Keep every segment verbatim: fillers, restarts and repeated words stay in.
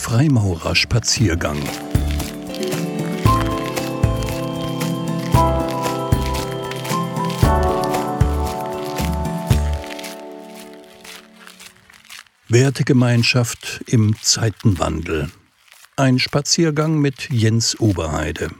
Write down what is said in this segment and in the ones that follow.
Freimaurerspaziergang. Wertegemeinschaft im Zeitenwandel. Ein Spaziergang mit Jens Oberheide.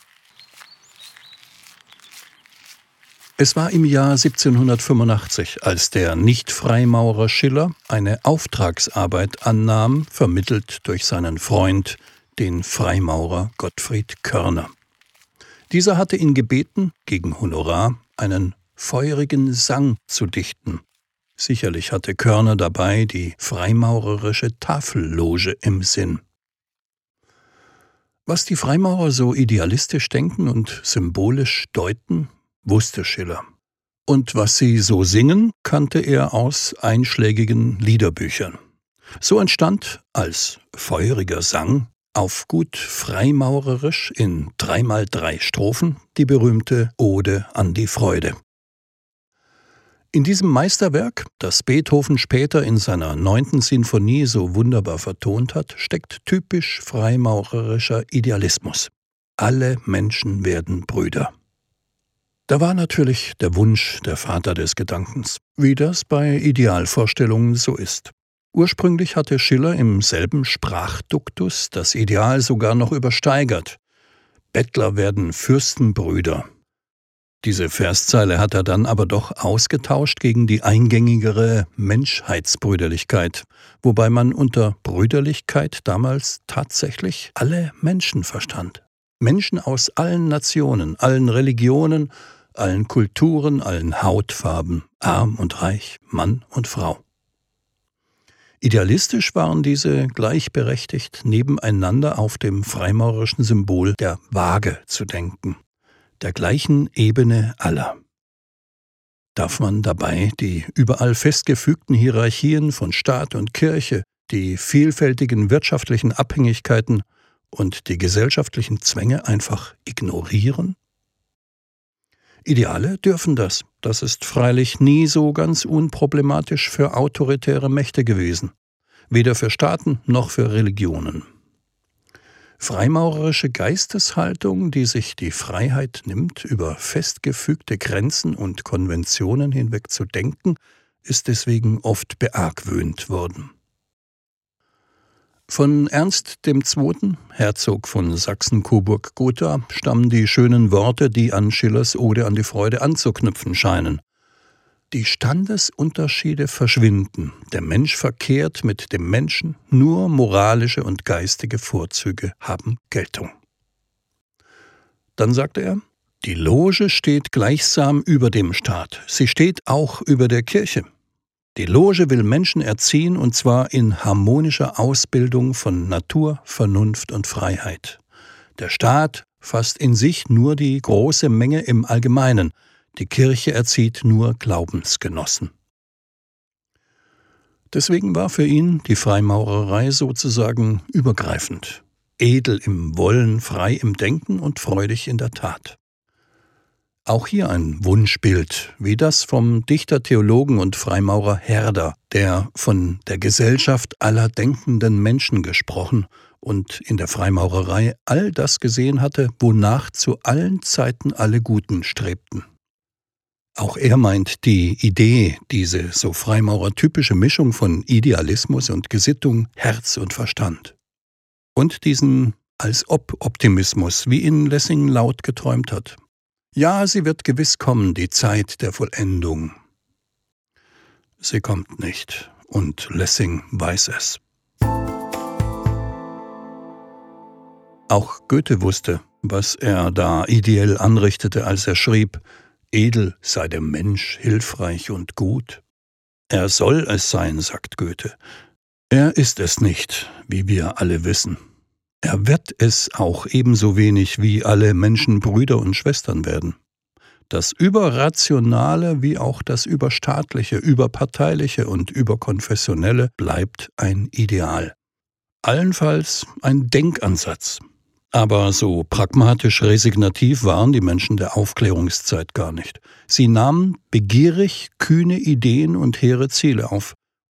Es war im Jahr siebzehnhundertfünfundachtzig, als der Nicht-Freimaurer Schiller eine Auftragsarbeit annahm, vermittelt durch seinen Freund, den Freimaurer Gottfried Körner. Dieser hatte ihn gebeten, gegen Honorar einen feurigen Sang zu dichten. Sicherlich hatte Körner dabei die freimaurerische Tafelloge im Sinn. Was die Freimaurer so idealistisch denken und symbolisch deuten, wusste Schiller. Und was sie so singen, kannte er aus einschlägigen Liederbüchern. So entstand als feuriger Sang auf gut freimaurerisch in dreimal drei Strophen die berühmte Ode an die Freude. In diesem Meisterwerk, das Beethoven später in seiner neunten Sinfonie so wunderbar vertont hat, steckt typisch freimaurerischer Idealismus. Alle Menschen werden Brüder. Da war natürlich der Wunsch der Vater des Gedankens, wie das bei Idealvorstellungen so ist. Ursprünglich hatte Schiller im selben Sprachduktus das Ideal sogar noch übersteigert. Bettler werden Fürstenbrüder. Diese Verszeile hat er dann aber doch ausgetauscht gegen die eingängigere Menschheitsbrüderlichkeit, wobei man unter Brüderlichkeit damals tatsächlich alle Menschen verstand. Menschen aus allen Nationen, allen Religionen, allen Kulturen, allen Hautfarben, arm und reich, Mann und Frau. Idealistisch waren diese gleichberechtigt nebeneinander auf dem freimaurerischen Symbol der Waage zu denken, der gleichen Ebene aller. Darf man dabei die überall festgefügten Hierarchien von Staat und Kirche, die vielfältigen wirtschaftlichen Abhängigkeiten und die gesellschaftlichen Zwänge einfach ignorieren? Ideale dürfen das. Das ist freilich nie so ganz unproblematisch für autoritäre Mächte gewesen. Weder für Staaten noch für Religionen. Freimaurerische Geisteshaltung, die sich die Freiheit nimmt, über festgefügte Grenzen und Konventionen hinweg zu denken, ist deswegen oft beargwöhnt worden. Von Ernst der Zweite., Herzog von Sachsen-Coburg-Gotha, stammen die schönen Worte, die an Schillers Ode an die Freude anzuknüpfen scheinen. Die Standesunterschiede verschwinden, der Mensch verkehrt mit dem Menschen, nur moralische und geistige Vorzüge haben Geltung. Dann sagte er, die Loge steht gleichsam über dem Staat, sie steht auch über der Kirche. Die Loge will Menschen erziehen, und zwar in harmonischer Ausbildung von Natur, Vernunft und Freiheit. Der Staat fasst in sich nur die große Menge im Allgemeinen, die Kirche erzieht nur Glaubensgenossen. Deswegen war für ihn die Freimaurerei sozusagen übergreifend, edel im Wollen, frei im Denken und freudig in der Tat. Auch hier ein Wunschbild, wie das vom Dichter, Theologen und Freimaurer Herder, der von der Gesellschaft aller denkenden Menschen gesprochen und in der Freimaurerei all das gesehen hatte, wonach zu allen Zeiten alle Guten strebten. Auch er meint die Idee, diese so Freimaurertypische Mischung von Idealismus und Gesittung, Herz und Verstand. Und diesen Als-ob-Optimismus, wie ihn Lessing laut geträumt hat. Ja, sie wird gewiss kommen, die Zeit der Vollendung. Sie kommt nicht, und Lessing weiß es. Auch Goethe wusste, was er da ideell anrichtete, als er schrieb, edel sei der Mensch, hilfreich und gut. Er soll es sein, sagt Goethe. Er ist es nicht, wie wir alle wissen. Er wird es auch ebenso wenig, wie alle Menschen Brüder und Schwestern werden. Das Überrationale wie auch das Überstaatliche, Überparteiliche und Überkonfessionelle bleibt ein Ideal. Allenfalls ein Denkansatz. Aber so pragmatisch resignativ waren die Menschen der Aufklärungszeit gar nicht. Sie nahmen begierig kühne Ideen und hehre Ziele auf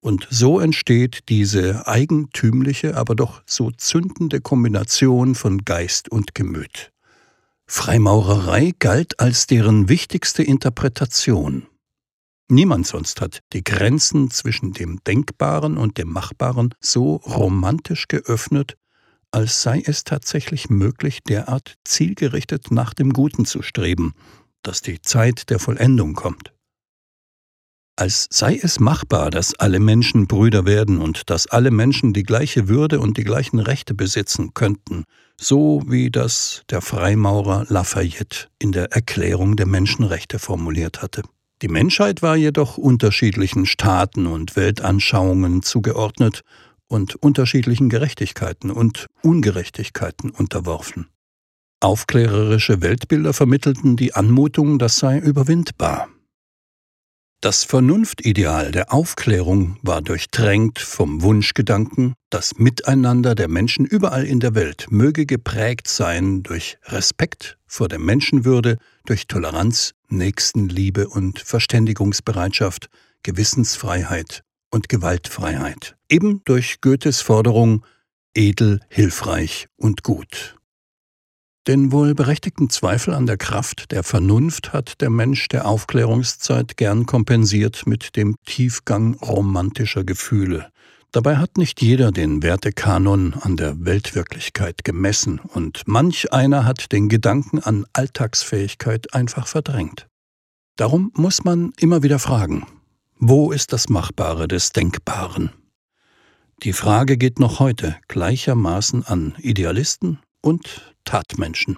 Und so entsteht diese eigentümliche, aber doch so zündende Kombination von Geist und Gemüt. Freimaurerei galt als deren wichtigste Interpretation. Niemand sonst hat die Grenzen zwischen dem Denkbaren und dem Machbaren so romantisch geöffnet, als sei es tatsächlich möglich, derart zielgerichtet nach dem Guten zu streben, dass die Zeit der Vollendung kommt. Als sei es machbar, dass alle Menschen Brüder werden und dass alle Menschen die gleiche Würde und die gleichen Rechte besitzen könnten, so wie das der Freimaurer Lafayette in der Erklärung der Menschenrechte formuliert hatte. Die Menschheit war jedoch unterschiedlichen Staaten und Weltanschauungen zugeordnet und unterschiedlichen Gerechtigkeiten und Ungerechtigkeiten unterworfen. Aufklärerische Weltbilder vermittelten die Anmutung, das sei überwindbar. Das Vernunftideal der Aufklärung war durchtränkt vom Wunschgedanken, das Miteinander der Menschen überall in der Welt möge geprägt sein durch Respekt vor der Menschenwürde, durch Toleranz, Nächstenliebe und Verständigungsbereitschaft, Gewissensfreiheit und Gewaltfreiheit, eben durch Goethes Forderung edel, hilfreich und gut. Den wohl berechtigten Zweifel an der Kraft der Vernunft hat der Mensch der Aufklärungszeit gern kompensiert mit dem Tiefgang romantischer Gefühle. Dabei hat nicht jeder den Wertekanon an der Weltwirklichkeit gemessen und manch einer hat den Gedanken an Alltagsfähigkeit einfach verdrängt. Darum muss man immer wieder fragen, wo ist das Machbare des Denkbaren? Die Frage geht noch heute gleichermaßen an Idealisten und Tatmenschen.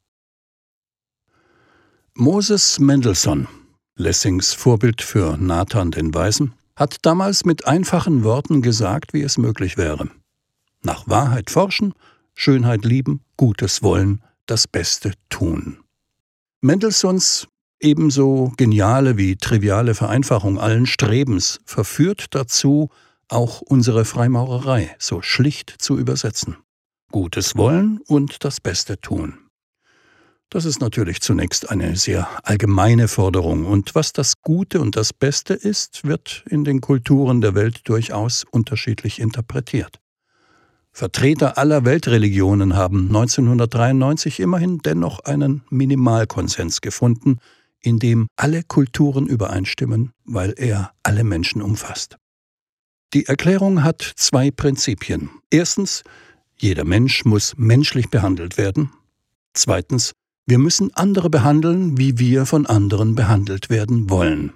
Moses Mendelssohn, Lessings Vorbild für Nathan den Weisen, hat damals mit einfachen Worten gesagt, wie es möglich wäre. Nach Wahrheit forschen, Schönheit lieben, Gutes wollen, das Beste tun. Mendelssohns ebenso geniale wie triviale Vereinfachung allen Strebens verführt dazu, auch unsere Freimaurerei so schlicht zu übersetzen. Gutes wollen und das Beste tun. Das ist natürlich zunächst eine sehr allgemeine Forderung, und was das Gute und das Beste ist, wird in den Kulturen der Welt durchaus unterschiedlich interpretiert. Vertreter aller Weltreligionen haben neunzehnhundertdreiundneunzig immerhin dennoch einen Minimalkonsens gefunden, in dem alle Kulturen übereinstimmen, weil er alle Menschen umfasst. Die Erklärung hat zwei Prinzipien. Erstens, jeder Mensch muss menschlich behandelt werden. Zweitens, wir müssen andere behandeln, wie wir von anderen behandelt werden wollen.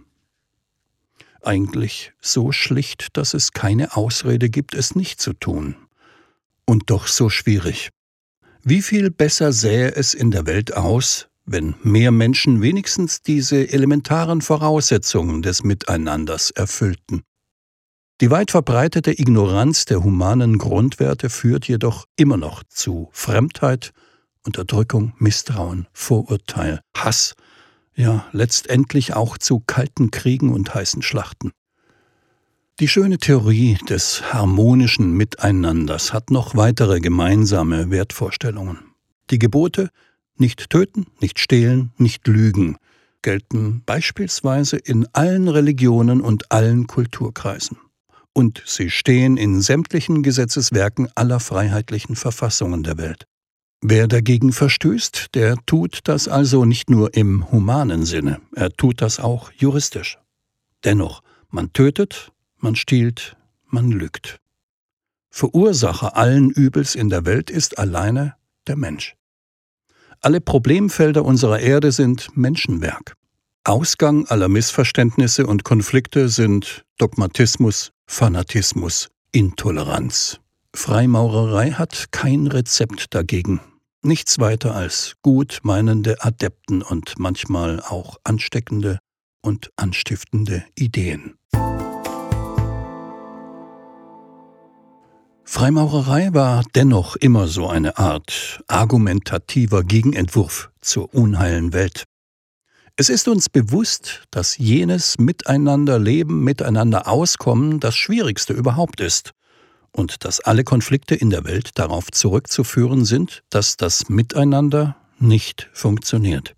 Eigentlich so schlicht, dass es keine Ausrede gibt, es nicht zu tun. Und doch so schwierig. Wie viel besser sähe es in der Welt aus, wenn mehr Menschen wenigstens diese elementaren Voraussetzungen des Miteinanders erfüllten? Die weit verbreitete Ignoranz der humanen Grundwerte führt jedoch immer noch zu Fremdheit, Unterdrückung, Misstrauen, Vorurteil, Hass, ja letztendlich auch zu kalten Kriegen und heißen Schlachten. Die schöne Theorie des harmonischen Miteinanders hat noch weitere gemeinsame Wertvorstellungen. Die Gebote nicht töten, nicht stehlen, nicht lügen gelten beispielsweise in allen Religionen und allen Kulturkreisen. Und sie stehen in sämtlichen Gesetzeswerken aller freiheitlichen Verfassungen der Welt. Wer dagegen verstößt, der tut das also nicht nur im humanen Sinne, er tut das auch juristisch. Dennoch, man tötet, man stiehlt, man lügt. Verursacher allen Übels in der Welt ist alleine der Mensch. Alle Problemfelder unserer Erde sind Menschenwerk. Ausgang aller Missverständnisse und Konflikte sind Dogmatismus, Fanatismus, Intoleranz. Freimaurerei hat kein Rezept dagegen. Nichts weiter als gut meinende Adepten und manchmal auch ansteckende und anstiftende Ideen. Freimaurerei war dennoch immer so eine Art argumentativer Gegenentwurf zur unheilen Welt. Es ist uns bewusst, dass jenes Miteinanderleben, Miteinander auskommen das Schwierigste überhaupt ist und dass alle Konflikte in der Welt darauf zurückzuführen sind, dass das Miteinander nicht funktioniert.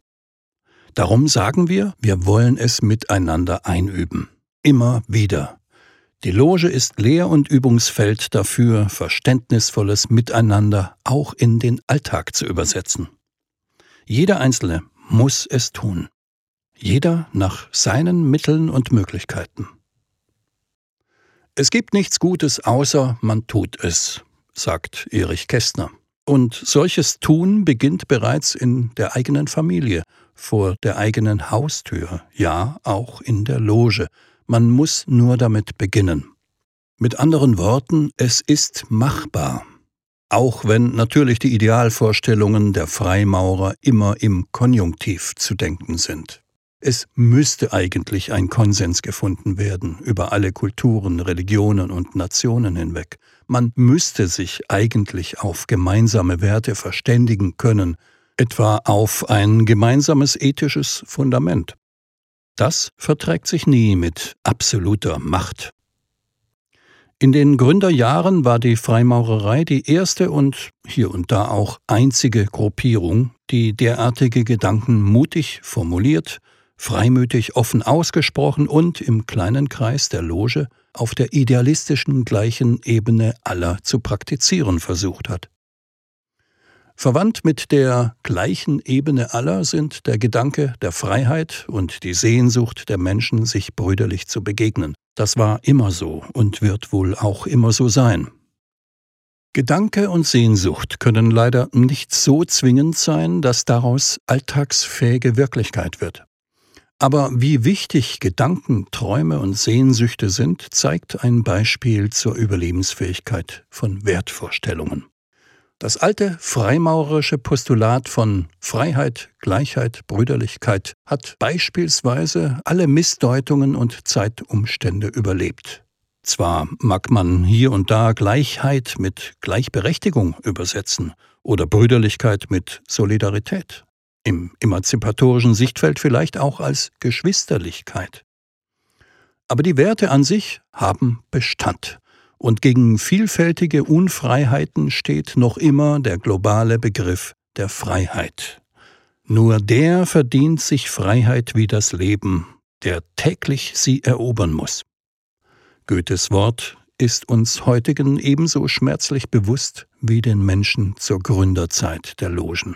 Darum sagen wir, wir wollen es miteinander einüben. Immer wieder. Die Loge ist Lehr- und Übungsfeld dafür, verständnisvolles Miteinander auch in den Alltag zu übersetzen. Jeder Einzelne muss es tun. Jeder nach seinen Mitteln und Möglichkeiten. Es gibt nichts Gutes, außer man tut es, sagt Erich Kästner. Und solches Tun beginnt bereits in der eigenen Familie, vor der eigenen Haustür, ja auch in der Loge. Man muss nur damit beginnen. Mit anderen Worten, es ist machbar. Auch wenn natürlich die Idealvorstellungen der Freimaurer immer im Konjunktiv zu denken sind. Es müsste eigentlich ein Konsens gefunden werden über alle Kulturen, Religionen und Nationen hinweg. Man müsste sich eigentlich auf gemeinsame Werte verständigen können, etwa auf ein gemeinsames ethisches Fundament. Das verträgt sich nie mit absoluter Macht. In den Gründerjahren war die Freimaurerei die erste und hier und da auch einzige Gruppierung, die derartige Gedanken mutig formuliert, freimütig offen ausgesprochen und im kleinen Kreis der Loge auf der idealistischen gleichen Ebene aller zu praktizieren versucht hat. Verwandt mit der gleichen Ebene aller sind der Gedanke der Freiheit und die Sehnsucht der Menschen, sich brüderlich zu begegnen. Das war immer so und wird wohl auch immer so sein. Gedanke und Sehnsucht können leider nicht so zwingend sein, dass daraus alltagsfähige Wirklichkeit wird. Aber wie wichtig Gedanken, Träume und Sehnsüchte sind, zeigt ein Beispiel zur Überlebensfähigkeit von Wertvorstellungen. Das alte freimaurerische Postulat von Freiheit, Gleichheit, Brüderlichkeit hat beispielsweise alle Missdeutungen und Zeitumstände überlebt. Zwar mag man hier und da Gleichheit mit Gleichberechtigung übersetzen oder Brüderlichkeit mit Solidarität, im emanzipatorischen Sichtfeld vielleicht auch als Geschwisterlichkeit. Aber die Werte an sich haben Bestand. Und gegen vielfältige Unfreiheiten steht noch immer der globale Begriff der Freiheit. Nur der verdient sich Freiheit wie das Leben, der täglich sie erobern muss. Goethes Wort ist uns heutigen ebenso schmerzlich bewusst wie den Menschen zur Gründerzeit der Logen.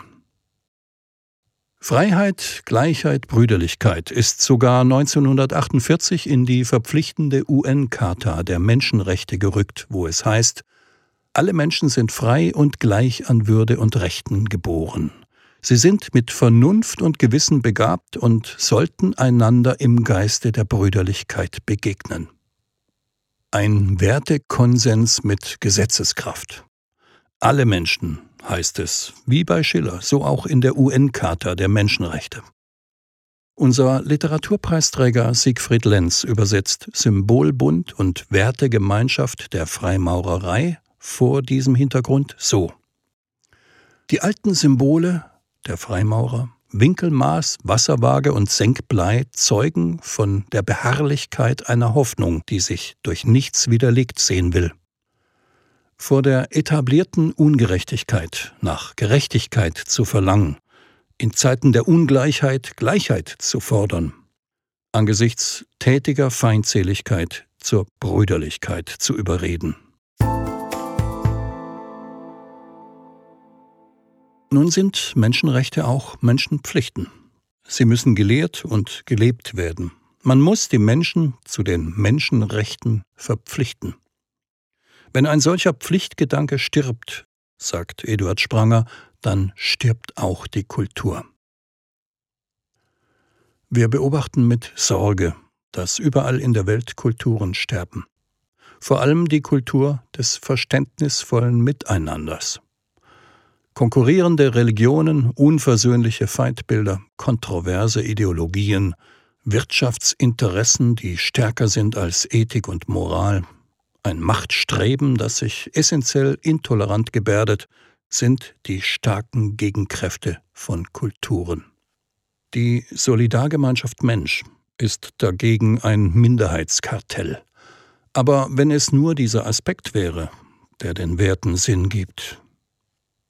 Freiheit, Gleichheit, Brüderlichkeit ist sogar neunzehnhundertachtundvierzig in die verpflichtende U N-Charta der Menschenrechte gerückt, wo es heißt: Alle Menschen sind frei und gleich an Würde und Rechten geboren. Sie sind mit Vernunft und Gewissen begabt und sollten einander im Geiste der Brüderlichkeit begegnen. Ein Wertekonsens mit Gesetzeskraft. Alle Menschen, heißt es, wie bei Schiller, so auch in der U N-Charta der Menschenrechte. Unser Literaturpreisträger Siegfried Lenz übersetzt Symbolbund und Wertegemeinschaft der Freimaurerei vor diesem Hintergrund so: Die alten Symbole der Freimaurer, Winkelmaß, Wasserwaage und Senkblei, zeugen von der Beharrlichkeit einer Hoffnung, die sich durch nichts widerlegt sehen will. Vor der etablierten Ungerechtigkeit nach Gerechtigkeit zu verlangen, in Zeiten der Ungleichheit Gleichheit zu fordern, angesichts tätiger Feindseligkeit zur Brüderlichkeit zu überreden. Nun sind Menschenrechte auch Menschenpflichten. Sie müssen gelehrt und gelebt werden. Man muss die Menschen zu den Menschenrechten verpflichten. Wenn ein solcher Pflichtgedanke stirbt, sagt Eduard Spranger, dann stirbt auch die Kultur. Wir beobachten mit Sorge, dass überall in der Welt Kulturen sterben. Vor allem die Kultur des verständnisvollen Miteinanders. Konkurrierende Religionen, unversöhnliche Feindbilder, kontroverse Ideologien, Wirtschaftsinteressen, die stärker sind als Ethik und Moral, ein Machtstreben, das sich essentiell intolerant gebärdet, sind die starken Gegenkräfte von Kulturen. Die Solidargemeinschaft Mensch ist dagegen ein Minderheitskartell. Aber wenn es nur dieser Aspekt wäre, der den Werten Sinn gibt.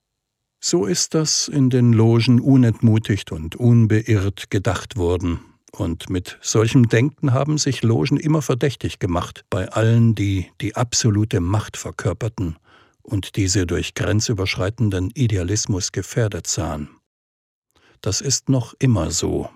So ist das in den Logen unentmutigt und unbeirrt gedacht worden Und mit solchem Denken haben sich Logen immer verdächtig gemacht bei allen, die die absolute Macht verkörperten und diese durch grenzüberschreitenden Idealismus gefährdet sahen. Das ist noch immer so.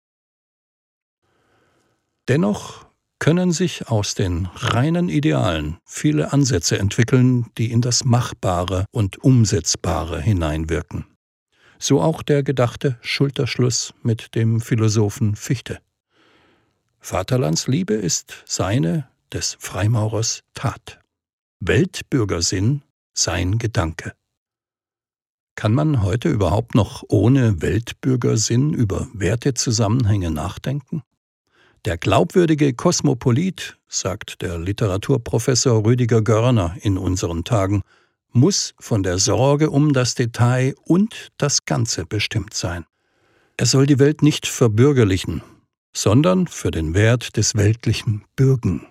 Dennoch können sich aus den reinen Idealen viele Ansätze entwickeln, die in das Machbare und Umsetzbare hineinwirken. So auch der gedachte Schulterschluss mit dem Philosophen Fichte. Vaterlandsliebe ist seine, des Freimaurers, Tat. Weltbürgersinn sein Gedanke. Kann man heute überhaupt noch ohne Weltbürgersinn über Wertezusammenhänge nachdenken? Der glaubwürdige Kosmopolit, sagt der Literaturprofessor Rüdiger Görner in unseren Tagen, muss von der Sorge um das Detail und das Ganze bestimmt sein. Er soll die Welt nicht verbürgerlichen, sondern für den Wert des Weltlichen bürgen.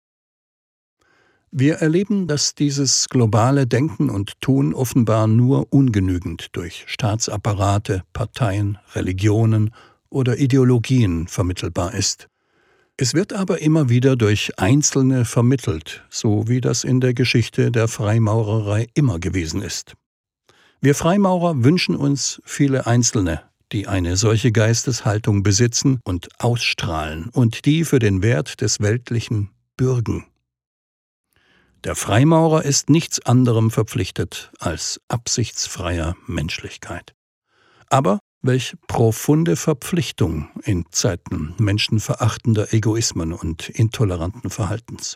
Wir erleben, dass dieses globale Denken und Tun offenbar nur ungenügend durch Staatsapparate, Parteien, Religionen oder Ideologien vermittelbar ist. Es wird aber immer wieder durch Einzelne vermittelt, so wie das in der Geschichte der Freimaurerei immer gewesen ist. Wir Freimaurer wünschen uns viele Einzelne, die eine solche Geisteshaltung besitzen und ausstrahlen und die für den Wert des Weltlichen bürgen. Der Freimaurer ist nichts anderem verpflichtet als absichtsfreier Menschlichkeit. Aber welch profunde Verpflichtung in Zeiten menschenverachtender Egoismen und intoleranten Verhaltens.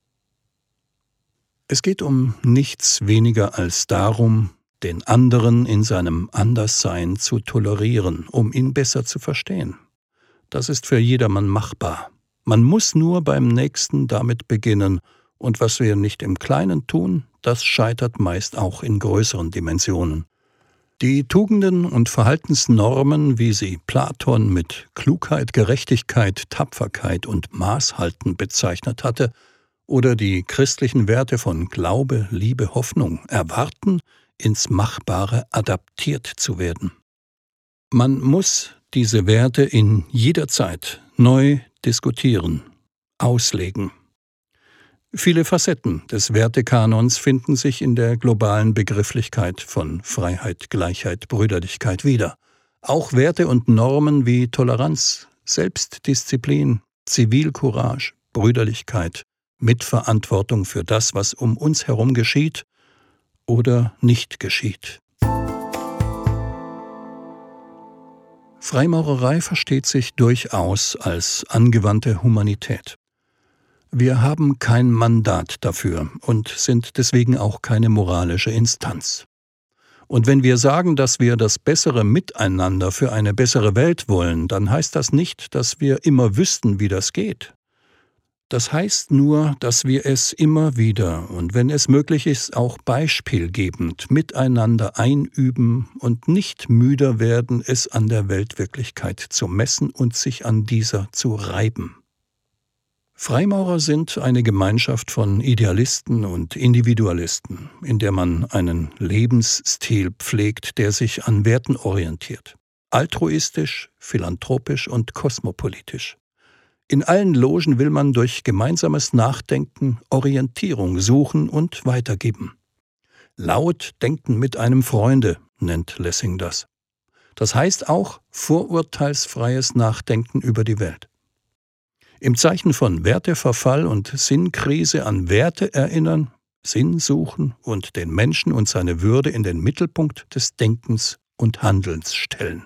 Es geht um nichts weniger als darum, den anderen in seinem Anderssein zu tolerieren, um ihn besser zu verstehen. Das ist für jedermann machbar. Man muss nur beim Nächsten damit beginnen, und was wir nicht im Kleinen tun, das scheitert meist auch in größeren Dimensionen. Die Tugenden und Verhaltensnormen, wie sie Platon mit Klugheit, Gerechtigkeit, Tapferkeit und Maßhalten bezeichnet hatte, oder die christlichen Werte von Glaube, Liebe, Hoffnung, erwarten, ins Machbare adaptiert zu werden. Man muss diese Werte in jeder Zeit neu diskutieren, auslegen. Viele Facetten des Wertekanons finden sich in der globalen Begrifflichkeit von Freiheit, Gleichheit, Brüderlichkeit wieder. Auch Werte und Normen wie Toleranz, Selbstdisziplin, Zivilcourage, Brüderlichkeit, Mitverantwortung für das, was um uns herum geschieht oder nicht geschieht. Freimaurerei versteht sich durchaus als angewandte Humanität. Wir haben kein Mandat dafür und sind deswegen auch keine moralische Instanz. Und wenn wir sagen, dass wir das bessere Miteinander für eine bessere Welt wollen, dann heißt das nicht, dass wir immer wüssten, wie das geht. Das heißt nur, dass wir es immer wieder und wenn es möglich ist, auch beispielgebend miteinander einüben und nicht müder werden, es an der Weltwirklichkeit zu messen und sich an dieser zu reiben. Freimaurer sind eine Gemeinschaft von Idealisten und Individualisten, in der man einen Lebensstil pflegt, der sich an Werten orientiert. Altruistisch, philanthropisch und kosmopolitisch. In allen Logen will man durch gemeinsames Nachdenken Orientierung suchen und weitergeben. Laut denken mit einem Freunde, nennt Lessing das. Das heißt auch vorurteilsfreies Nachdenken über die Welt. Im Zeichen von Werteverfall und Sinnkrise an Werte erinnern, Sinn suchen und den Menschen und seine Würde in den Mittelpunkt des Denkens und Handelns stellen.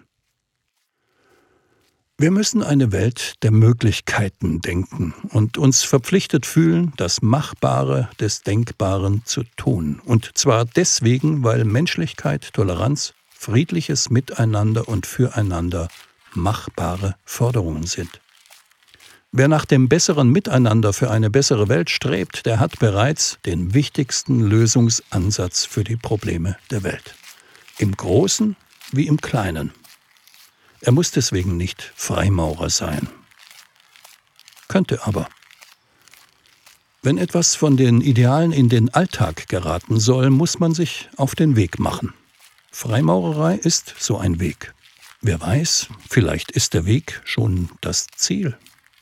Wir müssen eine Welt der Möglichkeiten denken und uns verpflichtet fühlen, das Machbare des Denkbaren zu tun. Und zwar deswegen, weil Menschlichkeit, Toleranz, friedliches Miteinander und Füreinander machbare Forderungen sind. Wer nach dem besseren Miteinander für eine bessere Welt strebt, der hat bereits den wichtigsten Lösungsansatz für die Probleme der Welt. Im Großen wie im Kleinen. Er muss deswegen nicht Freimaurer sein. Könnte aber. Wenn etwas von den Idealen in den Alltag geraten soll, muss man sich auf den Weg machen. Freimaurerei ist so ein Weg. Wer weiß, vielleicht ist der Weg schon das Ziel.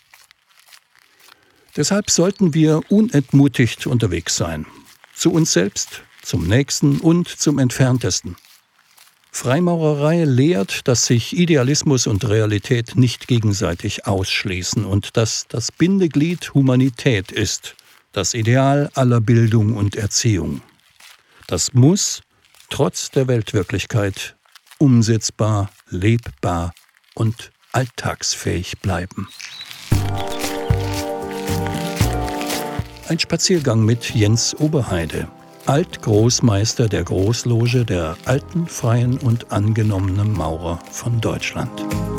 Deshalb sollten wir unentmutigt unterwegs sein. Zu uns selbst, zum Nächsten und zum Entferntesten. Freimaurerei lehrt, dass sich Idealismus und Realität nicht gegenseitig ausschließen und dass das Bindeglied Humanität ist, das Ideal aller Bildung und Erziehung. Das muss, trotz der Weltwirklichkeit, umsetzbar, lebbar und alltagsfähig bleiben. Ein Spaziergang mit Jens Oberheide, Altgroßmeister der Großloge der alten, freien und angenommenen Maurer von Deutschland.